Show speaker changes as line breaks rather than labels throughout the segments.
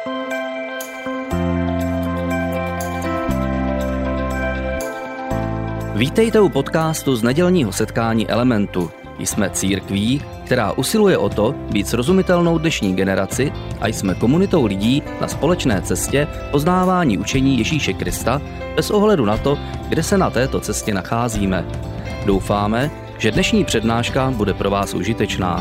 Vítejte u podcastu z nedělního setkání Elementu. Jsme církví, která usiluje o to být srozumitelnou dnešní generaci a jsme komunitou lidí na společné cestě poznávání učení Ježíše Krista bez ohledu na to, kde se na této cestě nacházíme. Doufáme, že dnešní přednáška bude pro vás užitečná.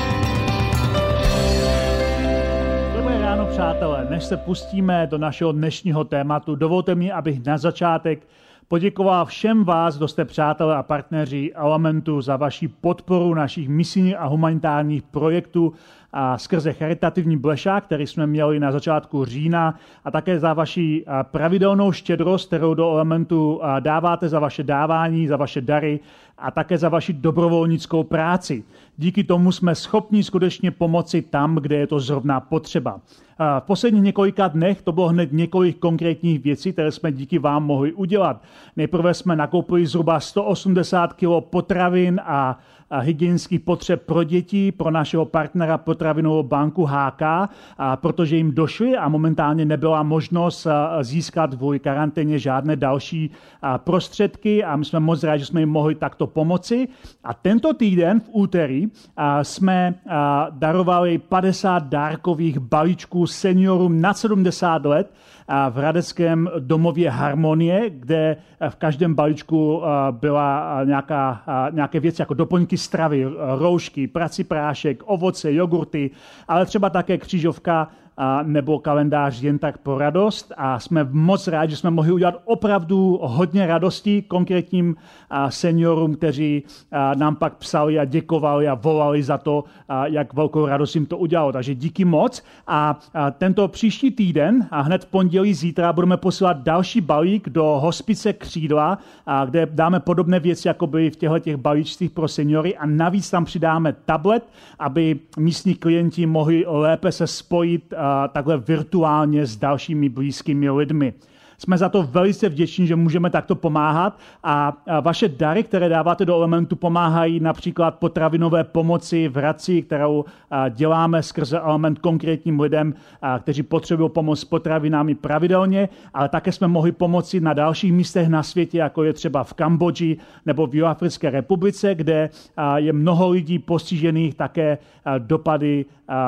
Dobré ráno, přátelé. Než se pustíme do našeho dnešního tématu, dovolte mi, abych na začátek poděkoval všem vás, kdo jste přátelé a partneři Elementu, za vaši podporu našich misijních a humanitárních projektů a skrze charitativní blešák, který jsme měli na začátku října, a také za vaši pravidelnou štědrost, kterou do Elementu dáváte, za vaše dávání, za vaše dary a také za vaši dobrovolnickou práci. Díky tomu jsme schopni skutečně pomoci tam, kde je to zrovna potřeba. V posledních několika dnech to bylo hned několik konkrétních věcí, které jsme díky vám mohli udělat. Nejprve jsme nakoupili zhruba 180 kg potravin a hygienických potřeb pro děti, pro našeho partnera potravinovou banku HK, protože jim došly a momentálně nebyla možnost získat kvůli karanténě žádné další prostředky a my jsme moc rádi, že jsme jim mohli takto pomoci. A tento týden v úterý jsme darovali 50 dárkových balíčků seniorům nad 70 let v hradeckém domově Harmonie, kde v každém balíčku byla nějaké věci jako doplňky stravy, roušky, prací prášek, ovoce, jogurty, ale třeba také křížovka nebo kalendář jen tak pro radost. A jsme moc rádi, že jsme mohli udělat opravdu hodně radosti konkrétním seniorům, kteří nám pak psali a děkovali a volali za to, jak velkou radost jim to udělalo. Takže díky moc. A tento příští týden, a hned v pondělí zítra, budeme posílat další balík do hospice Křídla, kde dáme podobné věci, jako byly v těchto balíčcích pro seniory, a navíc tam přidáme tablet, aby místní klienti mohli lépe se spojit takhle virtuálně s dalšími blízkými lidmi. Jsme za to velice vděční, že můžeme takto pomáhat a vaše dary, které dáváte do Elementu, pomáhají například potravinové pomoci v Hradci, kterou děláme skrze Element konkrétním lidem, kteří potřebují pomoc s potravinami pravidelně, ale také jsme mohli pomoci na dalších místech na světě, jako je třeba v Kambodži nebo v Jihoafrické republice, kde je mnoho lidí postižených také dopady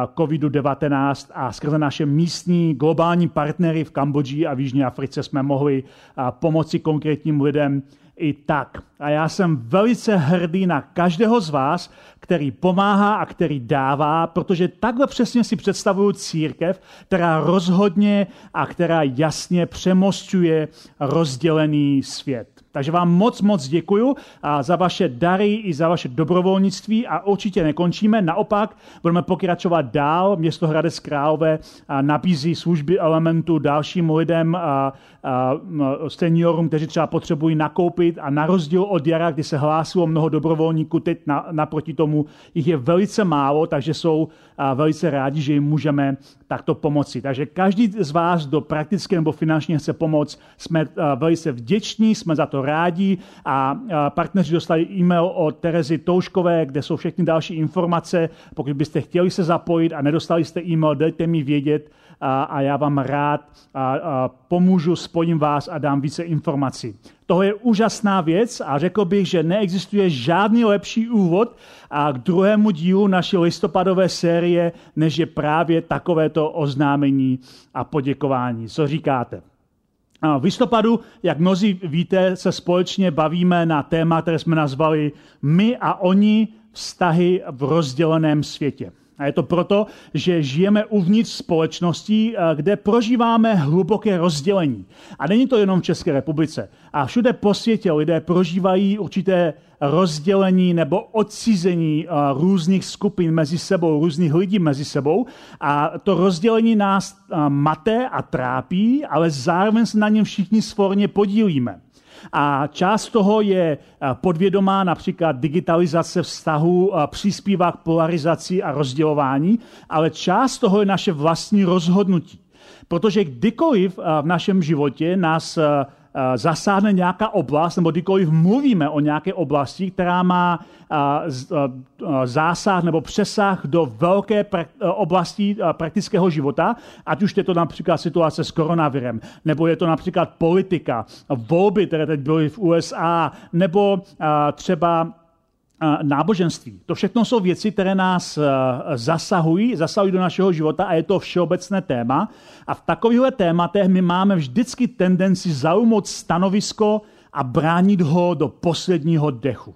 COVID-19 a skrze naše místní globální partnery v Kambodži a v Jižní Africe jsme mohli pomoci konkrétním lidem i tak. A já jsem velice hrdý na každého z vás, který pomáhá a který dává, protože takhle přesně si představuju církev, která rozhodně a která jasně přemosťuje rozdělený svět. Takže vám moc děkuju za vaše dary i za vaše dobrovolnictví a určitě nekončíme. Naopak budeme pokračovat dál. Město Hradec Králové nabízí služby Elementu dalším lidem, seniorům, kteří třeba potřebují nakoupit, a na rozdíl od jara, kdy se hlásilo mnoho dobrovolníků, teď naproti tomu jich je velice málo, takže jsou velice rádi, že jim můžeme takto pomoci. Takže každý z vás, kdo prakticky nebo finančně chce pomoct, jsme velice vděční, jsme za to rádi a partneři dostali e-mail od Terezy Touškové, kde jsou všechny další informace. Pokud byste chtěli se zapojit a nedostali jste e-mail, dejte mi vědět a já vám rád pomůžu, spojím vás a dám více informací. To je úžasná věc a řekl bych, že neexistuje žádný lepší úvod k druhému dílu naší listopadové série, než je právě takovéto oznámení a poděkování. Co říkáte? V listopadu, jak mnozí víte, se společně bavíme na téma, které jsme nazvali My a oni, vztahy v rozděleném světě. A je to proto, že žijeme uvnitř společností, kde prožíváme hluboké rozdělení. A není to jenom v České republice. A všude po světě lidé prožívají určité rozdělení nebo odcizení různých skupin mezi sebou, různých lidí mezi sebou. A to rozdělení nás mate a trápí, ale zároveň se na něm všichni svorně podílíme. A část toho je podvědomá, například digitalizace vztahů přispívá k polarizaci a rozdělování, ale část toho je naše vlastní rozhodnutí. Protože kdykoliv v našem životě nás zasáhne nějaká oblast, nebo kdykoliv mluvíme o nějaké oblasti, která má zásah nebo přesah do velké oblasti praktického života, ať už je to například situace s koronavirem, nebo je to například politika, volby, které teď byly v USA, nebo třeba náboženství. To všechno jsou věci, které nás zasahují do našeho života a je to všeobecné téma. A v takovýchhle tématech my máme vždycky tendenci zaujmout stanovisko a bránit ho do posledního dechu.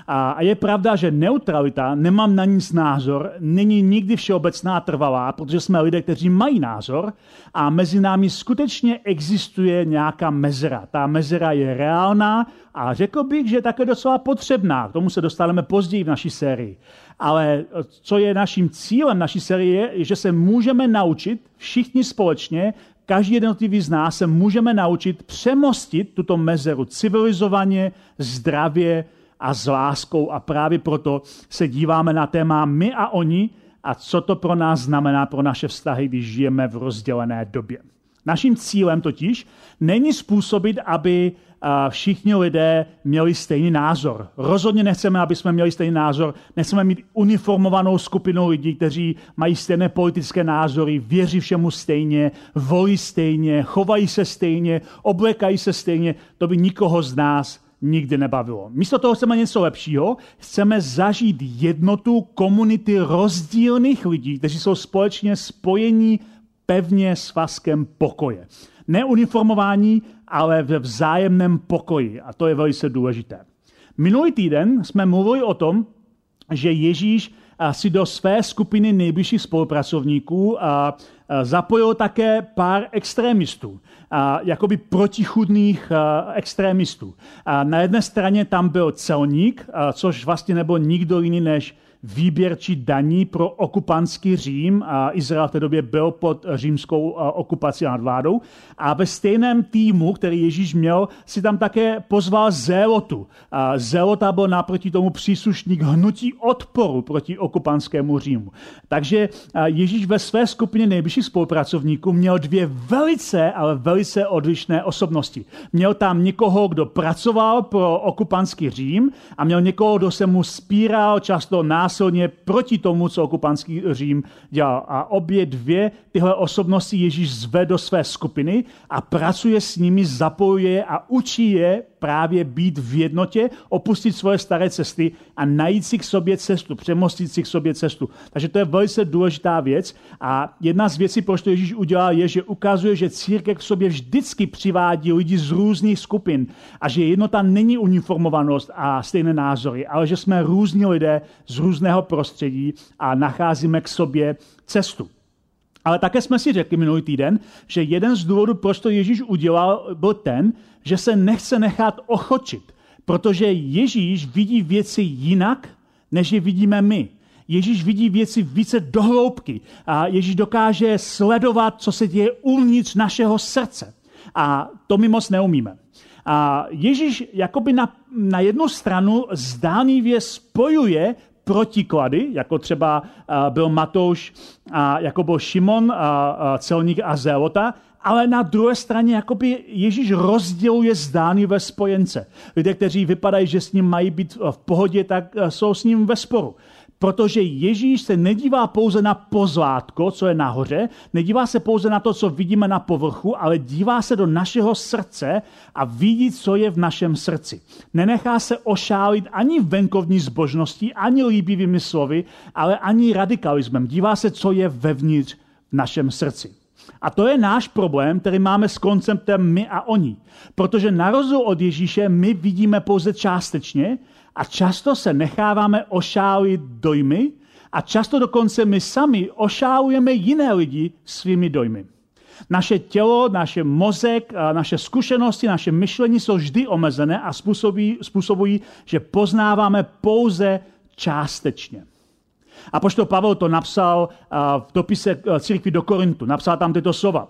A je pravda, že neutralita, nemám na nic názor, není nikdy všeobecná a trvalá, protože jsme lidé, kteří mají názor a mezi námi skutečně existuje nějaká mezera. Ta mezera je reálná a řekl bych, že je také docela potřebná. K tomu se dostaneme později v naší sérii. Ale co je naším cílem naší série, je, že se můžeme naučit všichni společně, každý jednotlivý z nás se můžeme naučit přemostit tuto mezeru civilizovaně, zdravě a s láskou. A právě proto se díváme na téma my a oni a co to pro nás znamená pro naše vztahy, když žijeme v rozdělené době. Naším cílem totiž není způsobit, aby všichni lidé měli stejný názor. Rozhodně nechceme, aby jsme měli stejný názor, nechceme mít uniformovanou skupinu lidí, kteří mají stejné politické názory, věří všemu stejně, volí stejně, chovají se stejně, oblékají se stejně. To by nikoho z nás nikdy nebavilo. Místo toho chceme něco lepšího, chceme zažít jednotu komunity rozdílných lidí, kteří jsou společně spojení pevně svazkem pokoje. Neuniformování, ale ve vzájemném pokoji. A to je velice důležité. Minulý týden jsme mluvili o tom, že Ježíš si do své skupiny nejbližších spolupracovníků zapojil také pár extrémistů, jakoby protichůdných extrémistů. Na jedné straně tam byl celník, což vlastně nebyl nikdo jiný než výběrčí daní pro okupantský Řím. Izrael v té době byl pod římskou okupací a nadvládou. A ve stejném týmu, který Ježíš měl, si tam také pozval zélotu. Zélota byl naproti tomu příslušník hnutí odporu proti okupantskému Římu. Takže Ježíš ve své skupině nejbližších spolupracovníků měl dvě velice, ale velice odlišné osobnosti. Měl tam někoho, kdo pracoval pro okupantský Řím a měl někoho, kdo se mu spíral často násilně proti tomu, co okupantský Řím dělal. A obě dvě tyhle osobnosti Ježíš zve do své skupiny a pracuje s nimi, zapojuje je a učí je právě být v jednotě, opustit svoje staré cesty a najít si k sobě cestu, přemostit si k sobě cestu. Takže to je velice důležitá věc a jedna z věcí, proč to Ježíš udělal, je, že ukazuje, že církev k sobě vždycky přivádí lidi z různých skupin a že jednota není uniformovanost a stejné názory, ale že jsme různí lidé z různého prostředí a nacházíme k sobě cestu. Ale také jsme si řekli minulý týden, že jeden z důvodů, proč to Ježíš udělal, byl ten, že se nechce nechat ochočit, protože Ježíš vidí věci jinak, než je vidíme my. Ježíš vidí věci více dohloubky a Ježíš dokáže sledovat, co se děje uvnitř našeho srdce. A to my moc neumíme. A Ježíš jakoby na jednu stranu zdánlivě spojuje protiklady, jako třeba byl Matouš, jako byl Šimon, celník a zélota, ale na druhé straně jakoby Ježíš rozděluje zdánlivé spojence. Lidé, kteří vypadají, že s ním mají být v pohodě, tak jsou s ním ve sporu. Protože Ježíš se nedívá pouze na pozlátko, co je nahoře, nedívá se pouze na to, co vidíme na povrchu, ale dívá se do našeho srdce a vidí, co je v našem srdci. Nenechá se ošálit ani venkovní zbožností, ani líbivými slovy, ale ani radikalismem. Dívá se, co je vevnitř v našem srdci. A to je náš problém, který máme s konceptem my a oni. Protože na rozdíl od Ježíše my vidíme pouze částečně a často se necháváme ošálit dojmy a často dokonce my sami ošálujeme jiné lidi svými dojmy. Naše tělo, naše mozek, naše zkušenosti, naše myšlení jsou vždy omezené a způsobují, že poznáváme pouze částečně. Apoštol Pavel to napsal v dopise církvi do Korintu. Napsal tam tyto slova.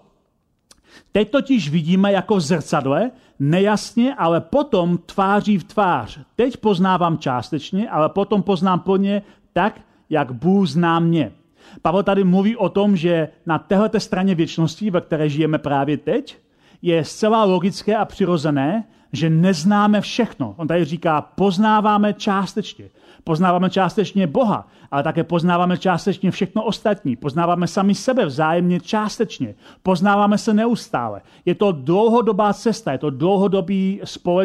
Teď totiž vidíme jako v zrcadle, nejasně, ale potom tváří v tvář. Teď poznávám částečně, ale potom poznám plně tak, jak Bůh zná mě. Pavel tady mluví o tom, že na téhleté straně věčnosti, ve které žijeme právě teď, je zcela logické a přirozené, že neznáme všechno. On tady říká, poznáváme částečně. Poznáváme částečně Boha, ale také poznáváme částečně všechno ostatní. Poznáváme sami sebe vzájemně částečně. Poznáváme se neustále. Je to dlouhodobá cesta, je to dlouhodobý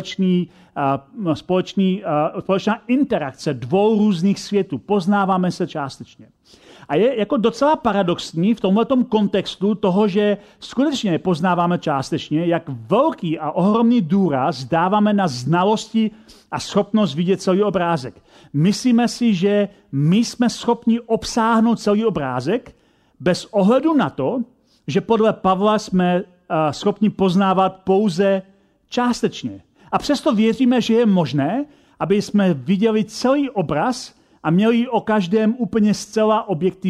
společná interakce dvou různých světů. Poznáváme se částečně. A je jako docela paradoxní v tomhletom kontextu toho, že skutečně poznáváme částečně, jak velký a ohromný důraz dáváme na znalosti a schopnost vidět celý obrázek. Myslíme si, že my jsme schopni obsáhnout celý obrázek bez ohledu na to, že podle Pavla jsme schopni poznávat pouze částečně. A přesto věříme, že je možné, aby jsme viděli celý obraz a měli o každém úplně zcela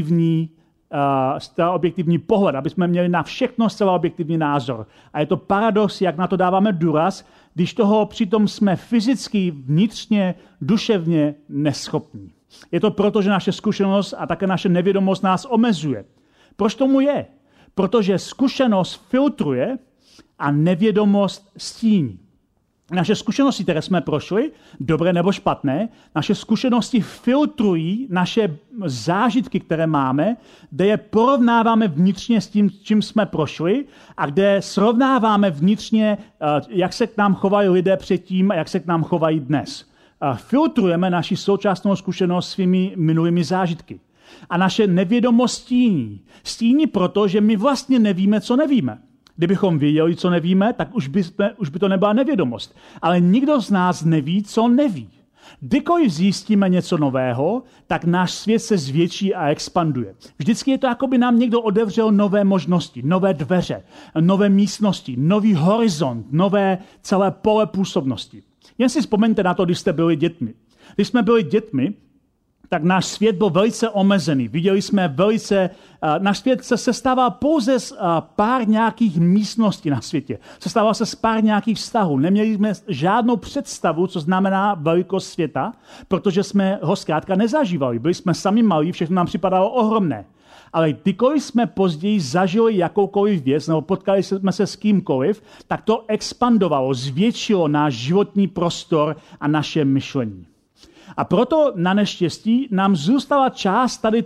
objektivní pohled, aby jsme měli na všechno zcela objektivní názor. A je to paradox, jak na to dáváme důraz, když toho přitom jsme fyzicky, vnitřně, duševně neschopní. Je to proto, že naše zkušenost a také naše nevědomost nás omezuje. Proč tomu je? Protože zkušenost filtruje a nevědomost stíní. Naše zkušenosti, které jsme prošli, dobré nebo špatné, naše zkušenosti filtrují naše zážitky, které máme, kde je porovnáváme vnitřně s tím, čím jsme prošli a kde srovnáváme vnitřně, jak se k nám chovají lidé předtím a jak se k nám chovají dnes. Filtrujeme naši současnou zkušenost svými minulými zážitky. A naše nevědomost stíní. Stíní proto, že my vlastně nevíme, co nevíme. Kdybychom věděli, co nevíme, tak už by to nebyla nevědomost. Ale nikdo z nás neví, co neví. Kdykoliv zjistíme něco nového, tak náš svět se zvětší a expanduje. Vždycky je to, jako by nám někdo otevřel nové možnosti, nové dveře, nové místnosti, nový horizont, nové celé pole působnosti. Jen si vzpomeňte na to, když jste byli dětmi. Když jsme byli dětmi, tak náš svět byl velice omezený. Viděli jsme náš svět se sestával pouze z pár nějakých místností na světě. Sestával se z pár nějakých vztahů. Neměli jsme žádnou představu, co znamená velikost světa, protože jsme ho zkrátka nezažívali. Byli jsme sami malí, všechno nám připadalo ohromné. Ale kdykoliv jsme později zažili jakoukoliv věc, nebo potkali jsme se s kýmkoliv, tak to expandovalo, zvětšilo náš životní prostor a naše myšlení. A proto na neštěstí nám zůstala část tady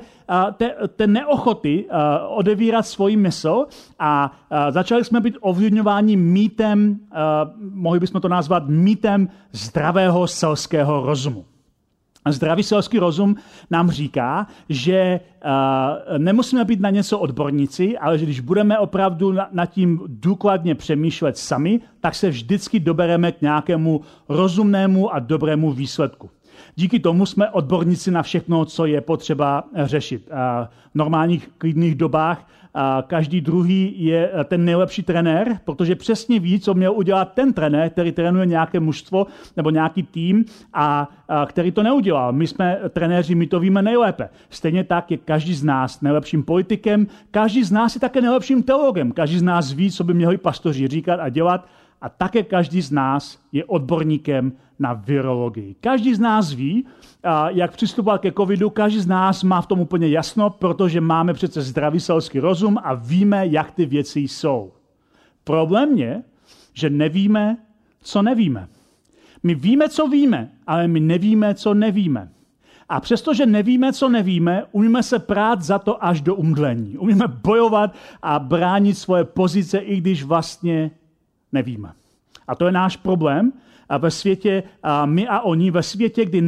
té neochoty odevírat svoji mysl a začali jsme být ovlivňováni mýtem, mohli bychom to nazvat mýtem zdravého selského rozumu. Zdravý selský rozum nám říká, že nemusíme být na něco odborníci, ale že když budeme opravdu nad tím důkladně přemýšlet sami, tak se vždycky dobereme k nějakému rozumnému a dobrému výsledku. Díky tomu jsme odborníci na všechno, co je potřeba řešit. V normálních klidných dobách každý druhý je ten nejlepší trenér, protože přesně ví, co měl udělat ten trenér, který trénuje nějaké mužstvo nebo nějaký tým a který to neudělal. My jsme trenéři, my to víme nejlépe. Stejně tak je každý z nás nejlepším politikem, každý z nás je také nejlepším teologem, každý z nás ví, co by měli pastoři říkat a dělat a také každý z nás je odborníkem na virologii. Každý z nás ví, jak přistupovat ke covidu, každý z nás má v tom úplně jasno, protože máme přece zdravý selský rozum a víme, jak ty věci jsou. Problém je, že nevíme, co nevíme. My víme, co víme, ale my nevíme, co nevíme. A přestože nevíme, co nevíme, umíme se prát za to až do umdlení. Umíme bojovat a bránit svoje pozice, i když vlastně nevíme. A to je náš problém. A ve světě, my a oni, ve světě, kdy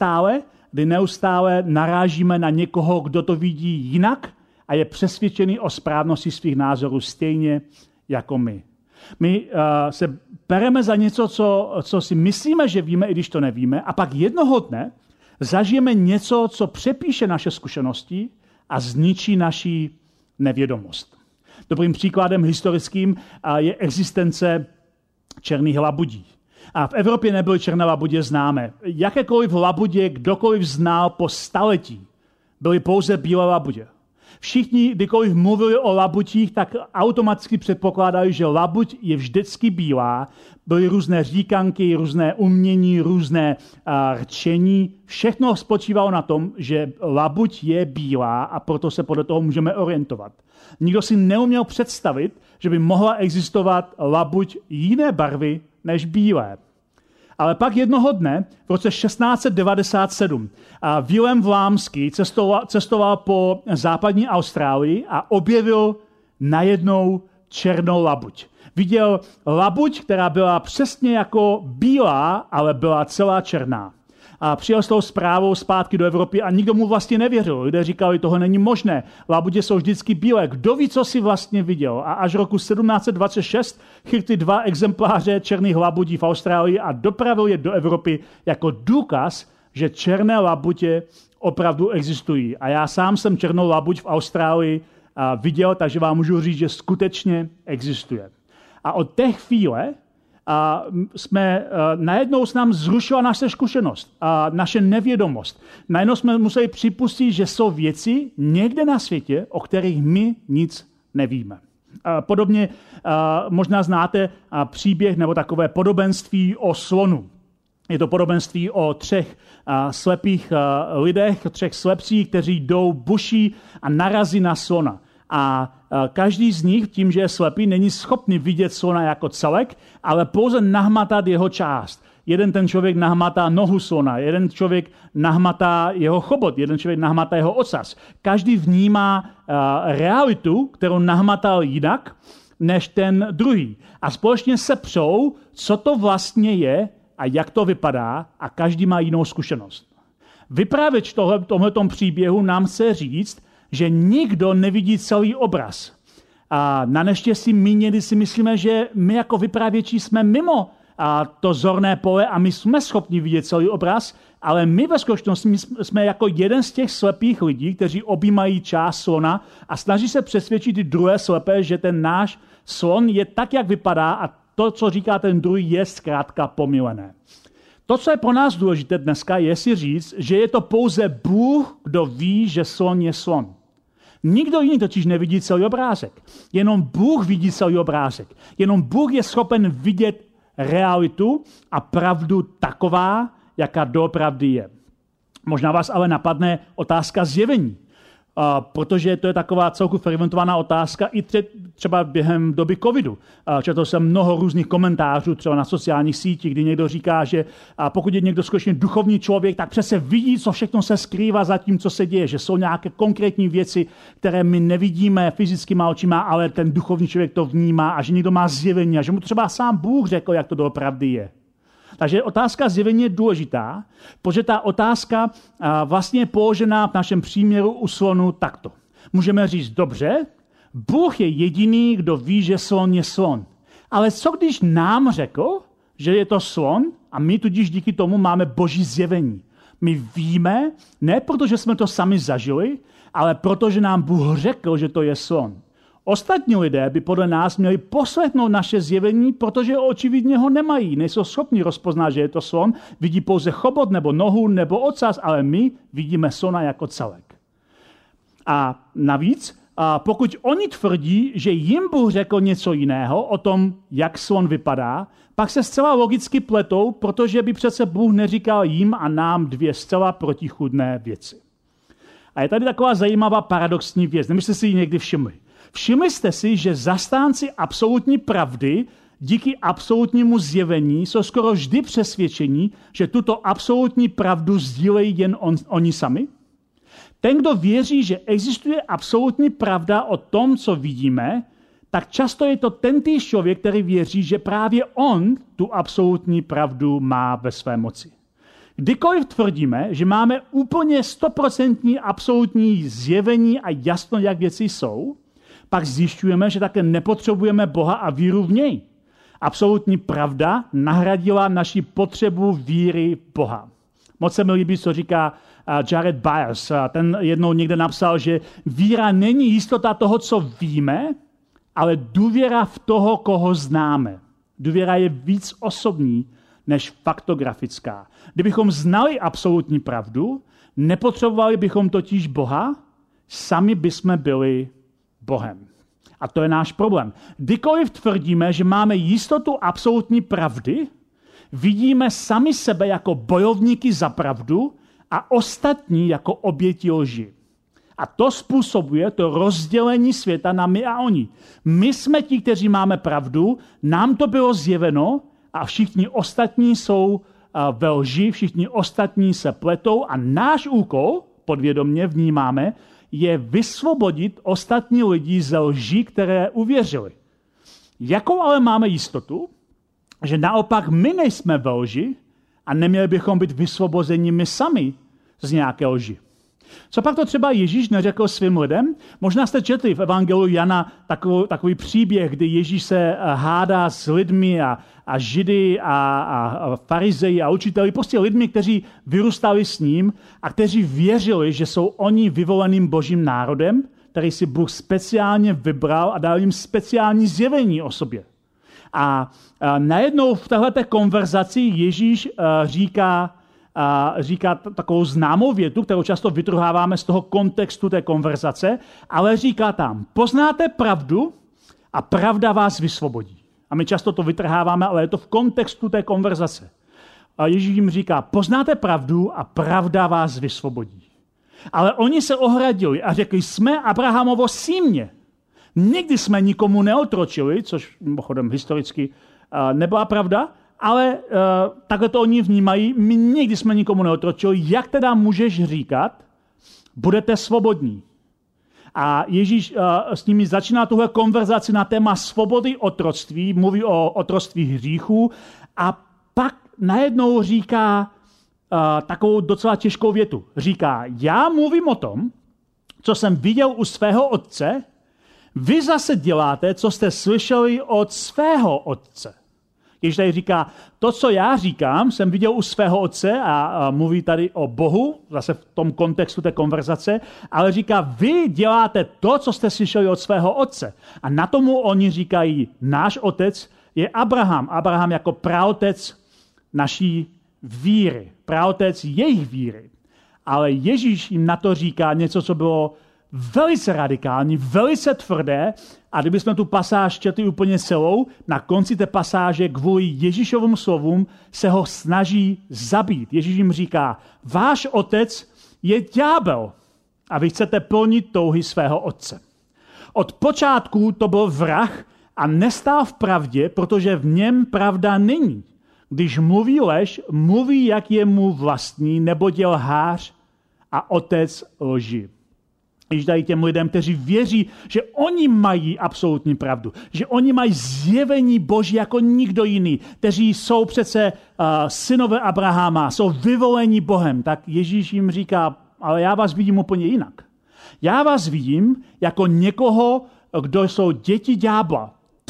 neustále narážíme na někoho, kdo to vidí jinak a je přesvědčený o správnosti svých názorů stejně jako my. My se bereme za něco, co si myslíme, že víme, i když to nevíme, a pak jednoho dne zažijeme něco, co přepíše naše zkušenosti a zničí naši nevědomost. Dobrým příkladem historickým je existence černých labudí. A v Evropě nebyly černé labudě známé. Jakékoliv labudě kdokoliv znal po staletí, byly pouze bílé labudě. Všichni, kdykoliv mluvili o labutích, tak automaticky předpokládali, že labuť je vždycky bílá. Byly různé říkanky, různé umění, různé rčení. Všechno spočívalo na tom, že labuť je bílá a proto se podle toho můžeme orientovat. Nikdo si neuměl představit, že by mohla existovat labuť jiné barvy než bílé. Ale pak jednoho dne, v roce 1697, Vilém Vlámský cestoval po západní Austrálii a objevil najednou černou labuť. Viděl labuť, která byla přesně jako bílá, ale byla celá černá. A přijel s tou zprávou zpátky do Evropy a nikdo mu vlastně nevěřil. Lidé říkali, toho není možné. Labutě jsou vždycky bílé. Kdo ví, co si vlastně viděl? A až roku 1726 chytli 2 exempláře černých labutí v Austrálii a dopravil je do Evropy jako důkaz, že černé labutě opravdu existují. A já sám jsem černou labuť v Austrálii viděl, takže vám můžu říct, že skutečně existuje. A od té chvíle najednou se nám zrušila naše zkušenost a naše nevědomost. Najednou jsme museli připustit, že jsou věci někde na světě, o kterých my nic nevíme. Podobně možná znáte příběh nebo takové podobenství o slonu. Je to podobenství o 3 slepých lidech, 3 slepcích, kteří jdou buší a narazí na slona. A každý z nich, tím, že je slepý, není schopný vidět slona jako celek, ale pouze nahmatat jeho část. Jeden ten člověk nahmatá nohu slona, jeden člověk nahmatá jeho chobot, jeden člověk nahmatá jeho ocas. Každý vnímá realitu, kterou nahmatal jinak, než ten druhý. A společně se přou, co to vlastně je a jak to vypadá a každý má jinou zkušenost. Vypravěč tomhletom příběhu nám chce říct, že nikdo nevidí celý obraz. A na neštěstí my někdy si myslíme, že my jako vypravěči jsme mimo to zorné pole a my jsme schopni vidět celý obraz, ale my ve skutečnosti jsme jako jeden z těch slepých lidí, kteří objímají část slona a snaží se přesvědčit ty druhé slepé, že ten náš slon je tak, jak vypadá a to, co říká ten druhý, je zkrátka pomylené. To, co je pro nás důležité dneska, je si říct, že je to pouze Bůh, kdo ví, že slon je slon. Nikdo jiný totiž nevidí celý obrázek. Jenom Bůh vidí celý obrázek. Jenom Bůh je schopen vidět realitu a pravdu taková, jaká doopravdy je. Možná vás ale napadne otázka zjevení. Protože to je taková celku frekventovaná otázka i třeba během doby covidu. Četl jsem mnoho různých komentářů třeba na sociálních sítích, kdy někdo říká, že pokud je někdo skutečně duchovní člověk, tak přece vidí, co všechno se skrývá za tím, co se děje, že jsou nějaké konkrétní věci, které my nevidíme fyzickýma očima, ale ten duchovní člověk to vnímá a že někdo má zjevení a že mu třeba sám Bůh řekl, jak to doopravdy je. Takže otázka zjevení je důležitá, protože ta otázka vlastně je položená v našem příměru u slonu takto. Můžeme říct, dobře, Bůh je jediný, kdo ví, že slon je slon. Ale co když nám řekl, že je to slon a my tudíž díky tomu máme boží zjevení? My víme, ne protože jsme to sami zažili, ale protože nám Bůh řekl, že to je slon. Ostatní lidé by podle nás měli poslechnout naše zjevení, protože očividně ho nemají. Nejsou schopni rozpoznat, že je to slon, vidí pouze chobot nebo nohu nebo ocas, ale my vidíme slona jako celek. A navíc, pokud oni tvrdí, že jim Bůh řekl něco jiného o tom, jak slon vypadá, pak se zcela logicky pletou, protože by přece Bůh neříkal jim a nám 2 zcela protichůdné věci. A je tady taková zajímavá paradoxní věc, nevím, jestli si ji někdy všimli. Všimli jste si, že zastánci absolutní pravdy díky absolutnímu zjevení jsou skoro vždy přesvědčení, že tuto absolutní pravdu sdílejí jen oni sami? Ten, kdo věří, že existuje absolutní pravda o tom, co vidíme, tak často je to tentýž člověk, který věří, že právě on tu absolutní pravdu má ve své moci. Kdykoliv tvrdíme, že máme úplně 100% absolutní zjevení a jasno, jak věci jsou, pak zjišťujeme, že také nepotřebujeme Boha a víru v něj. Absolutní pravda nahradila naši potřebu víry v Boha. Moc se mi líbí, co říká Jared Byers. Ten jednou někde napsal, že víra není jistota toho, co víme, ale důvěra v toho, koho známe. Důvěra je víc osobní než faktografická. Kdybychom znali absolutní pravdu, nepotřebovali bychom totiž Boha, sami bychom byli Bohem. A to je náš problém. Kdykoliv tvrdíme, že máme jistotu absolutní pravdy, vidíme sami sebe jako bojovníky za pravdu a ostatní jako oběti lži. A to způsobuje to rozdělení světa na my a oni. My jsme ti, kteří máme pravdu, nám to bylo zjeveno a všichni ostatní jsou ve lži, všichni ostatní se pletou a náš úkol, podvědomě vnímáme, je vysvobodit ostatní lidi ze lži, které uvěřili. Jakou ale máme jistotu, že naopak my nejsme ve lži a neměli bychom být vysvobozeni my sami z nějaké lži. Co pak to třeba Ježíš neřekl svým lidem? Možná jste četli v Evangeliu Jana takový příběh, kdy Ježíš se hádá s lidmi a Židy a farizeji a učiteli, prostě lidmi, kteří vyrůstali s ním a kteří věřili, že jsou oni vyvoleným božím národem, který si Bůh speciálně vybral a dal jim speciální zjevení o sobě. A najednou v téhleté konverzaci Ježíš říká takovou známou větu, kterou často vytrháváme z toho kontextu té konverzace, ale říká tam, poznáte pravdu a pravda vás vysvobodí. A my často to vytrháváme, ale je to v kontextu té konverzace. A Ježíš jim říká, poznáte pravdu a pravda vás vysvobodí. Ale oni se ohradili a řekli, jsme Abrahamovo símě. Nikdy jsme nikomu neotročili, což mimochodem historicky nebyla pravda, ale takhle to oni vnímají, my nikdy jsme nikomu neotročili, jak teda můžeš říkat, budete svobodní. A Ježíš s nimi začíná tuhle konverzaci na téma svobody otroctví, mluví o otroctví hříchu a pak najednou říká takovou docela těžkou větu. Říká, já mluvím o tom, co jsem viděl u svého otce, vy zase děláte, co jste slyšeli od svého otce. Ježíš tady říká, to, co já říkám, jsem viděl u svého otce a mluví tady o Bohu, zase v tom kontextu té konverzace, ale říká, vy děláte to, co jste slyšeli od svého otce. A na tomu oni říkají, náš otec je Abraham. Abraham jako praotec naší víry, praotec jejich víry. Ale Ježíš jim na to říká něco, co bylo velice radikální, velice tvrdé a kdybychom tu pasáž četli úplně celou, na konci té pasáže kvůli Ježíšovým slovům se ho snaží zabít. Ježíš jim říká, váš otec je ďábel a vy chcete plnit touhy svého otce. Od počátku to byl vrah a nestál v pravdě, protože v něm pravda není. Když mluví lež, mluví, jak je mu vlastní, neboť je lhář a otec lži. Když dají těm lidem, kteří věří, že oni mají absolutní pravdu, že oni mají zjevení Boží jako nikdo jiný, kteří jsou přece synové Abrahama, jsou vyvolení Bohem, tak Ježíš jim říká, ale já vás vidím úplně jinak. Já vás vidím jako někoho, kdo jsou děti ďábla.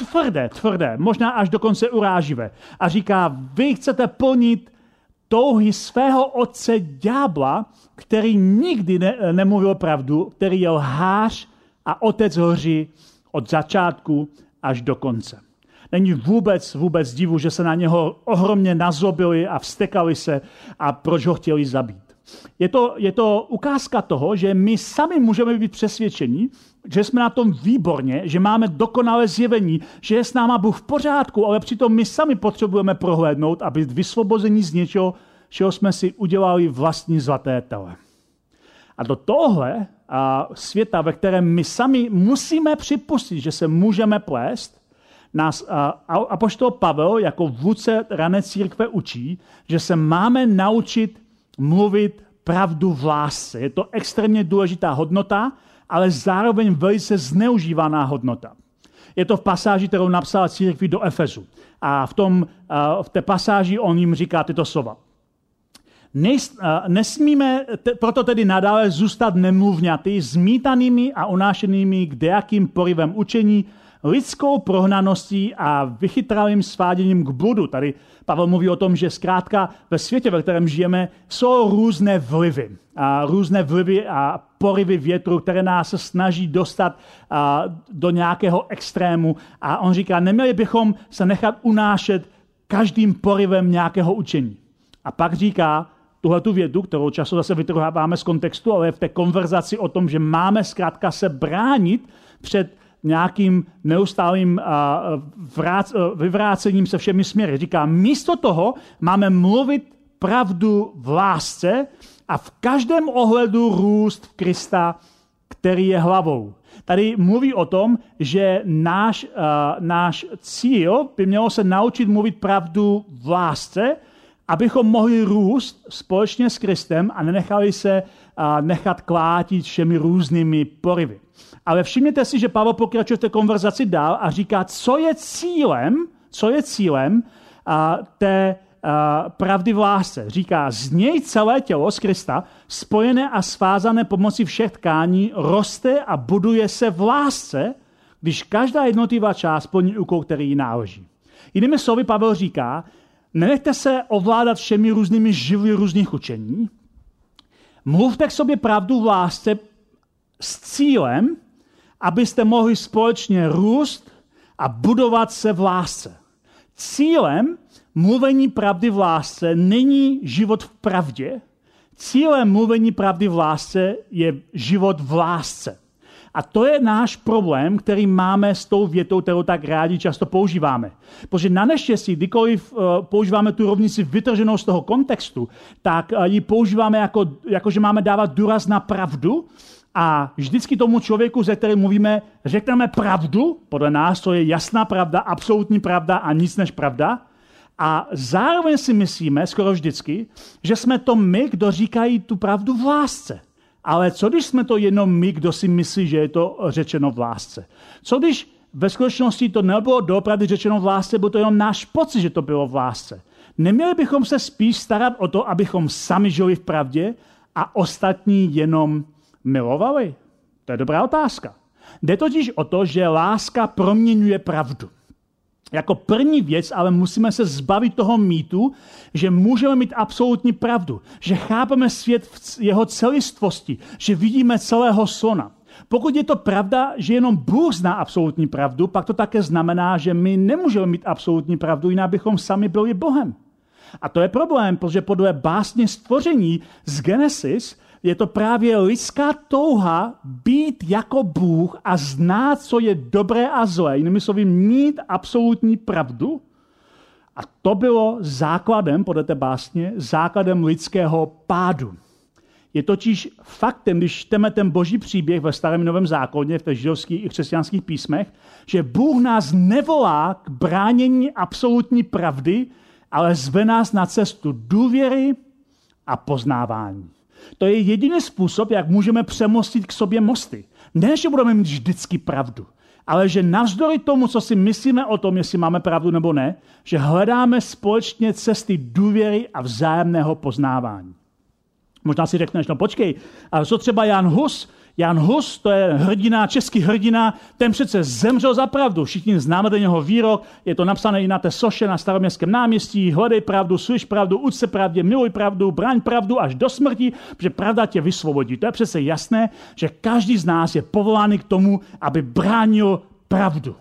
Tvrdé, možná až dokonce uráživé. A říká, vy chcete plnit touhy svého otce ďábla, který nikdy nemluvil pravdu, který je lhář a otec lži od začátku až do konce. Není vůbec divu, že se na něho ohromně nazlobili a vztekali se a proč ho chtěli zabít. Je to ukázka toho, že my sami můžeme být přesvědčeni, že jsme na tom výborně, že máme dokonalé zjevení, že je s náma Bůh v pořádku, ale přitom my sami potřebujeme prohlédnout a být vysvobozeni z něčeho, čeho jsme si udělali vlastní zlaté tele. A do tohle světa, ve kterém my sami musíme připustit, že se můžeme plést, nás apoštol Pavel jako vůdce rané církve učí, že se máme naučit mluvit pravdu v lásce. Je to extrémně důležitá hodnota, ale zároveň velice zneužívaná hodnota. Je to v pasáži, kterou napsal církvi do Efezu. A v té pasáži on jim říká tyto slova. Nesmíme proto tedy nadále zůstat nemluvňaty, zmítanými a unášenými kdejakým porivem učení, lidskou prohnaností a vychytralým sváděním k bludu. Tady Pavel mluví o tom, že zkrátka ve světě, ve kterém žijeme, jsou různé vlivy a porivy větru, které nás snaží dostat do nějakého extrému. A on říká, neměli bychom se nechat unášet každým porivem nějakého učení. A pak říká, tuhletu větu, kterou často zase vytrháváme z kontextu, ale v té konverzaci o tom, že máme zkrátka se bránit před nějakým neustálým vyvrácením se všemi směry. Říká, místo toho máme mluvit pravdu v lásce a v každém ohledu růst v Krista, který je hlavou. Tady mluví o tom, že náš cíl by mělo se naučit mluvit pravdu v lásce, abychom mohli růst společně s Kristem a nenechali se nechat klátit všemi různými porivy. Ale všimněte si, že Pavel pokračuje v té konverzaci dál a říká, co je cílem té pravdy v lásce. Říká, z něj celé tělo z Krista, spojené a svázané pomocí všech tkání, roste a buduje se v lásce, když každá jednotlivá část plní úkol, který jí náleží. Jinými slovy Pavel říká, nenechte se ovládat všemi různými živly různých učení, mluvte k sobě pravdu v lásce s cílem, abyste mohli společně růst a budovat se v lásce. Cílem mluvení pravdy v lásce není život v pravdě. Cílem mluvení pravdy v lásce je život v lásce. A to je náš problém, který máme s tou větou, kterou tak rádi často používáme. Protože na neštěstí, kdykoliv používáme tu rovnici vytrženou z toho kontextu, tak ji používáme jako že máme dávat důraz na pravdu a vždycky tomu člověku, se kterým mluvíme, řekneme pravdu, podle nás to je jasná pravda, absolutní pravda a nic než pravda. A zároveň si myslíme, skoro vždycky, že jsme to my, kdo říkají tu pravdu v lásce. Ale co když jsme to jenom my, kdo si myslí, že je to řečeno v lásce? Co když ve skutečnosti to nebylo doopravdy řečeno v lásce, byl to jenom náš pocit, že to bylo v lásce? Neměli bychom se spíš starat o to, abychom sami žili v pravdě a ostatní jenom milovali? To je dobrá otázka. Jde totiž o to, že láska proměňuje pravdu. Jako první věc, ale musíme se zbavit toho mýtu, že můžeme mít absolutní pravdu, že chápeme svět v jeho celistvosti, že vidíme celého slona. Pokud je to pravda, že jenom Bůh zná absolutní pravdu, pak to také znamená, že my nemůžeme mít absolutní pravdu, jinak bychom sami byli Bohem. A to je problém, protože podle básně stvoření z Genesis je to právě lidská touha být jako Bůh a znát, co je dobré a zlé. Jinými slovy, mít absolutní pravdu. A to bylo základem, podle té básně, základem lidského pádu. Je totiž faktem, když čteme ten boží příběh ve Starém Novém zákoně, v těch židovských i křesťanských písmech, že Bůh nás nevolá k bránění absolutní pravdy, ale zve nás na cestu důvěry a poznávání. To je jediný způsob, jak můžeme přemostit k sobě mosty. Ne, že budeme mít vždycky pravdu, ale že navzdory tomu, co si myslíme o tom, jestli máme pravdu nebo ne, že hledáme společně cesty důvěry a vzájemného poznávání. Možná si řekneš, no počkej, ale co třeba Jan Hus? Jan Hus, to je hrdina, český hrdina, ten přece zemřel za pravdu. Všichni známe ten jeho výrok, je to napsané i na té soše na Staroměstském náměstí. Hledej pravdu, slyš pravdu, uč se pravdě, miluj pravdu, braň pravdu až do smrti, protože pravda tě vysvobodí. To je přece jasné, že každý z nás je povolán k tomu, aby bránil pravdu.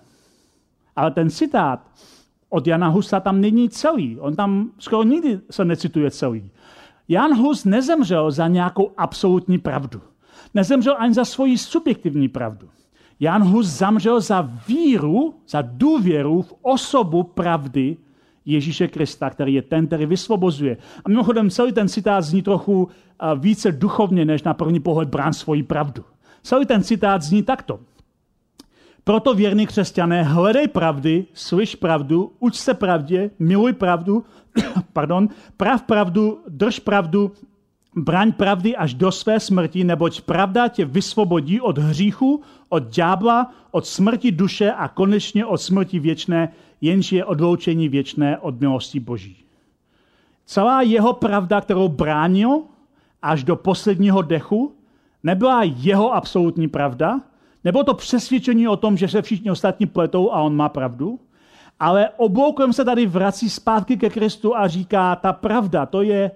Ale ten citát od Jana Husa tam není celý. On tam skoro nikdy se necituje celý. Jan Hus nezemřel za nějakou absolutní pravdu. Nezemřel ani za svoji subjektivní pravdu. Jan Hus zemřel za víru, za důvěru v osobu pravdy Ježíše Krista, který je ten, který vysvobozuje. A mimochodem celý ten citát zní trochu více duchovně, než na první pohled brán svoji pravdu. Celý ten citát zní takto. Proto věrní křesťané, hledej pravdy, slyš pravdu, uč se pravdě, miluj pravdu, prav pravdu, drž pravdu, braň pravdy až do své smrti, neboť pravda tě vysvobodí od hříchu, od ďábla, od smrti duše a konečně od smrti věčné, jenž je odloučení věčné od milosti Boží. Celá jeho pravda, kterou bránil až do posledního dechu, nebyla jeho absolutní pravda, nebylo to přesvědčení o tom, že se všichni ostatní pletou a on má pravdu, ale obloukem se tady vrací zpátky ke Kristu a říká, ta pravda, to je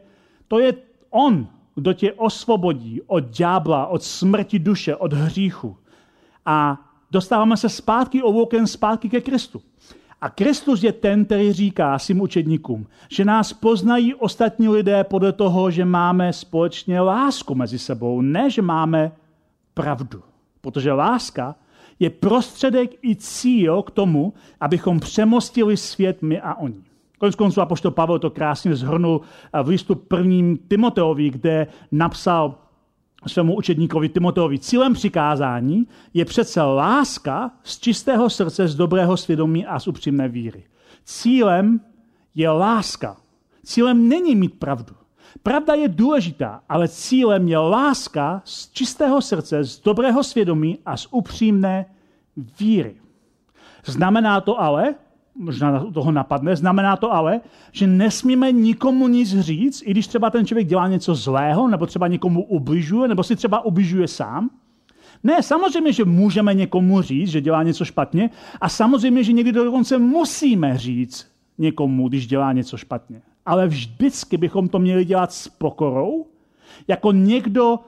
on, kdo tě osvobodí od ďábla, od smrti duše, od hříchu. A dostáváme se zpátky obloukem zpátky ke Kristu. A Kristus je ten, který říká svým učedníkům, že nás poznají ostatní lidé podle toho, že máme společně lásku mezi sebou, ne, že máme pravdu. Protože láska je prostředek i cíl k tomu, abychom přemostili svět my a oni. Koneckonců apoštol Pavel to krásně shrnul v listu 1. Timoteovi, kde napsal svému učedníkovi Timoteovi: cílem přikázání je přece láska z čistého srdce, z dobrého svědomí a z upřímné víry. Cílem je láska. Cílem není mít pravdu. Pravda je důležitá, ale cílem je láska z čistého srdce, z dobrého svědomí a z upřímné víry. Znamená to ale, možná toho napadne, znamená to ale, že nesmíme nikomu nic říct, i když třeba ten člověk dělá něco zlého, nebo třeba někomu ubližuje, nebo si třeba ubližuje sám. Ne, samozřejmě, že můžeme někomu říct, že dělá něco špatně, a samozřejmě, že někdy dokonce musíme říct někomu, když dělá něco špatně. Ale vždycky bychom to měli dělat s pokorou, jako někdo,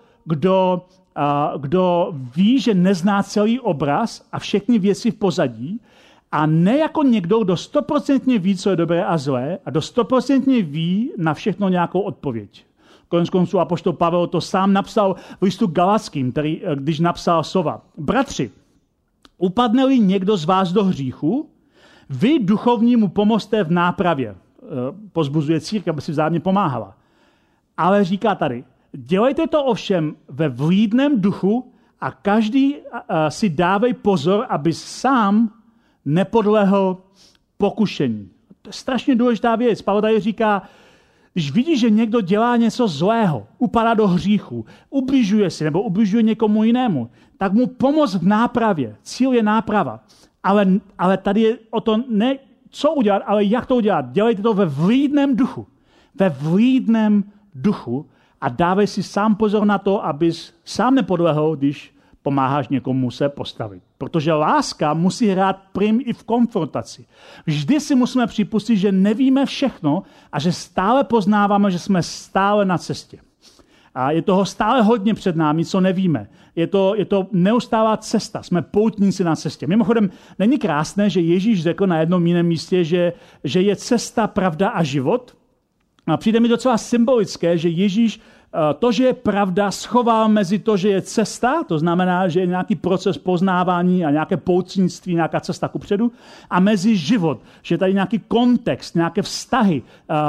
kdo ví, že nezná celý obraz a všechny věci v pozadí, a ne jako někdo, kdo 100% ví, co je dobré a zlé, a kdo 100% ví na všechno nějakou odpověď. Koneckonců apoštol Pavel to sám napsal v listu Galatským, když napsal slova: bratři, upadne-li někdo z vás do hříchu, vy duchovnímu pomozte v nápravě. Pozbuzuje církev, aby si vzájemně pomáhala. Ale říká tady: dělejte to ovšem ve vlídném duchu a každý si dávej pozor, aby sám nepodlehl pokušení. To je strašně důležitá věc. Pavel tady říká, když vidíš, že někdo dělá něco zlého, upadá do hříchu, ubližuje si nebo ubližuje někomu jinému, tak mu pomoct v nápravě. Cíl je náprava. Ale tady je o to ne co udělat, ale jak to udělat. Dělejte to ve vlídném duchu. Ve vlídném duchu a dávej si sám pozor na to, abys sám nepodlehl, když pomáháš někomu se postavit. Protože láska musí hrát prim i v konfrontaci. Vždy si musíme připustit, že nevíme všechno a že stále poznáváme, že jsme stále na cestě. A je toho stále hodně před námi, co nevíme. Je to neustálá cesta. Jsme poutníci na cestě. Mimochodem, není krásné, že Ježíš řekl na jednom jiném místě, že je cesta, pravda a život? A přijde mi docela symbolické, že Ježíš to, že je pravda, schoval mezi to, že je cesta, to znamená, že je nějaký proces poznávání a nějaké poutnictví, nějaká cesta kupředu, a mezi život, že je tady nějaký kontext, nějaké vztahy,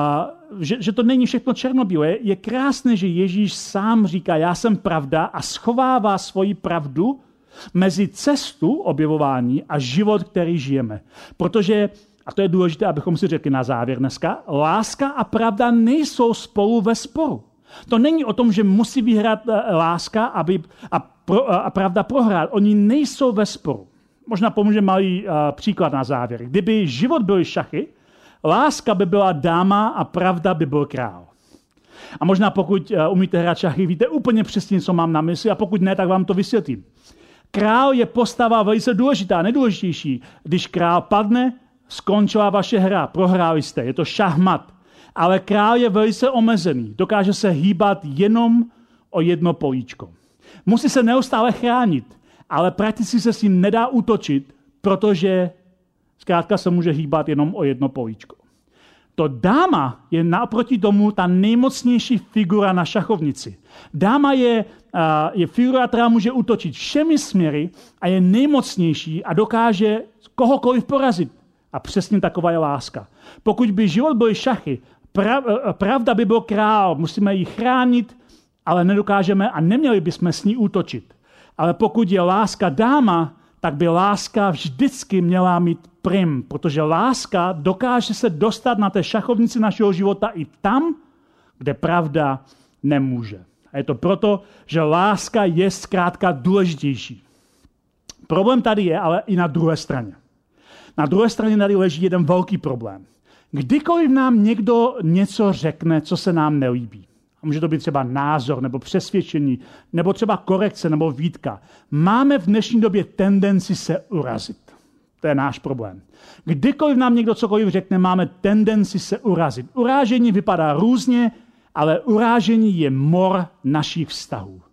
že to není všechno černobílé. Je krásné, že Ježíš sám říká, já jsem pravda, a schovává svoji pravdu mezi cestu objevování a život, který žijeme. Protože, a to je důležité, abychom si řekli na závěr dneska, láska a pravda nejsou spolu ve sporu. To není o tom, že musí vyhrát láska a pravda prohrát. Oni nejsou ve sporu. Možná pomůže malý příklad na závěr. Kdyby život byl šachy, láska by byla dáma a pravda by byl král. A možná pokud umíte hrát šachy, víte úplně přesně, co mám na mysli, a pokud ne, tak vám to vysvětlím. Král je postava velice důležitá, nejdůležitější. Když král padne, skončila vaše hra, prohráli jste, je to šachmat. Ale král je velice omezený, dokáže se hýbat jenom o jedno políčko. Musí se neustále chránit, ale prakticky se s ním nedá útočit, protože zkrátka se může hýbat jenom o jedno políčko. To dáma je naproti tomu ta nejmocnější figura na šachovnici. Dáma je figura, která může útočit všemi směry a je nejmocnější a dokáže kohokoliv porazit. A přesně taková je láska. Pokud by život byl šachy, pravda by byl král, musíme ji chránit, ale nedokážeme a neměli bychom s ní útočit. Ale pokud je láska dáma, tak by láska vždycky měla mít prim, protože láska dokáže se dostat na té šachovnici našeho života i tam, kde pravda nemůže. A je to proto, že láska je zkrátka důležitější. Problém tady je ale i na druhé straně. Na druhé straně tady leží jeden velký problém. Kdykoliv nám někdo něco řekne, co se nám nelíbí, a může to být třeba názor, nebo přesvědčení, nebo třeba korekce, nebo výtka, máme v dnešní době tendenci se urazit. To je náš problém. Kdykoliv nám někdo cokoliv řekne, máme tendenci se urazit. Urážení vypadá různě, ale urážení je mor našich vztahů.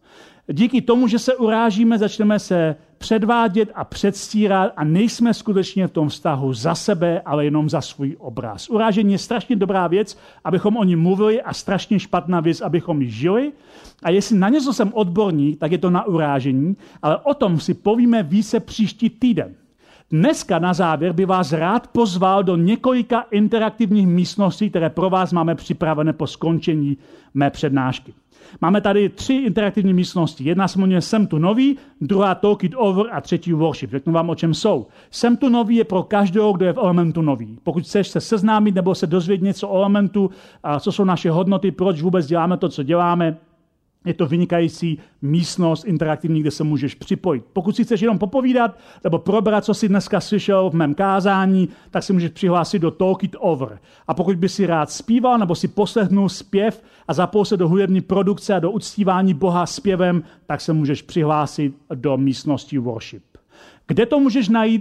díky tomu, že se urážíme, začneme se předvádět a předstírat a nejsme skutečně v tom vztahu za sebe, ale jenom za svůj obraz. Urážení je strašně dobrá věc, abychom o ní mluvili, a strašně špatná věc, abychom ji žili. A jestli na něco jsem odborník, tak je to na urážení, ale o tom si povíme více příští týden. Dneska na závěr by vás rád pozval do několika interaktivních místností, které pro vás máme připravené po skončení mé přednášky. Máme tady 3 interaktivní místnosti. Jedna se jmenuje Jsem tu nový, druhá Talk it over a třetí Worship. Řeknu vám, o čem jsou. Jsem tu nový je pro každého, kdo je v Elementu nový. Pokud chceš se seznámit nebo se dozvědět něco o Elementu, a co jsou naše hodnoty, proč vůbec děláme to, co děláme, je to vynikající místnost interaktivní, kde se můžeš připojit. Pokud si chceš jenom popovídat nebo probrat, co jsi dneska slyšel v mém kázání, tak si můžeš přihlásit do Talk it over. A pokud by si rád zpíval nebo si poslechnul zpěv a zapojil se do hudební produkce a do uctívání Boha zpěvem, tak se můžeš přihlásit do místnosti Worship. Kde to můžeš najít?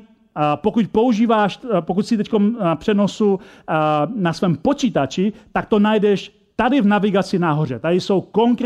Pokud si teď na přenosu na svém počítači, tak to najdeš tady v navigaci nahoře. Tady jsou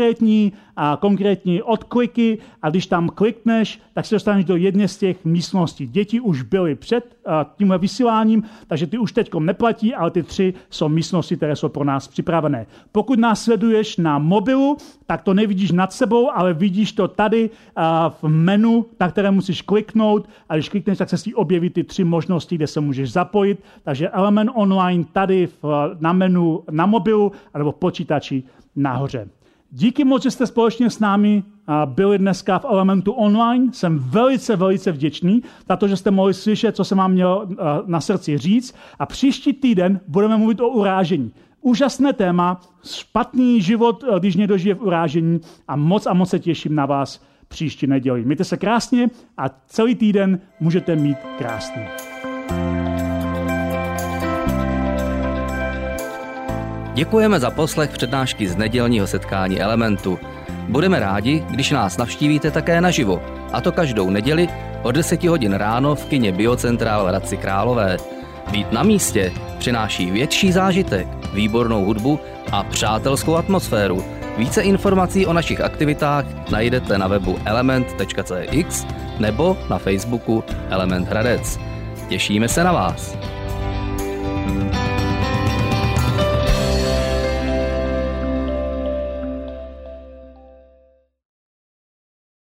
konkrétní odkliky a když tam klikneš, tak se dostaneš do jedné z těch místností. Děti už byly před tímhle vysíláním, takže ty už teď neplatí, ale ty 3 jsou místnosti, které jsou pro nás připravené. Pokud nás sleduješ na mobilu, tak to nevidíš nad sebou, ale vidíš to tady v menu, na které musíš kliknout, a když klikneš, tak se si objeví ty 3 možnosti, kde se můžeš zapojit. Takže Element online tady na menu na mobilu nebo počítači nahoře. Díky moc, že jste společně s námi byli dneska v Elementu online. Jsem velice, velice vděčný za to, že jste mohli slyšet, co jsem vám měl na srdci říct. A příští týden budeme mluvit o urážení. Úžasné téma, špatný život, když někdo žije v urážení, a moc se těším na vás příští neděli. Mějte se krásně a celý týden můžete mít krásný.
Děkujeme za poslech přednášky z nedělního setkání Elementu. Budeme rádi, když nás navštívíte také naživo, a to každou neděli od 10 hodin ráno v kině Biocentrál v Hradci Králové. Být na místě přináší větší zážitek, výbornou hudbu a přátelskou atmosféru. Více informací o našich aktivitách najdete na webu element.cx nebo na Facebooku Element Hradec. Těšíme se na vás.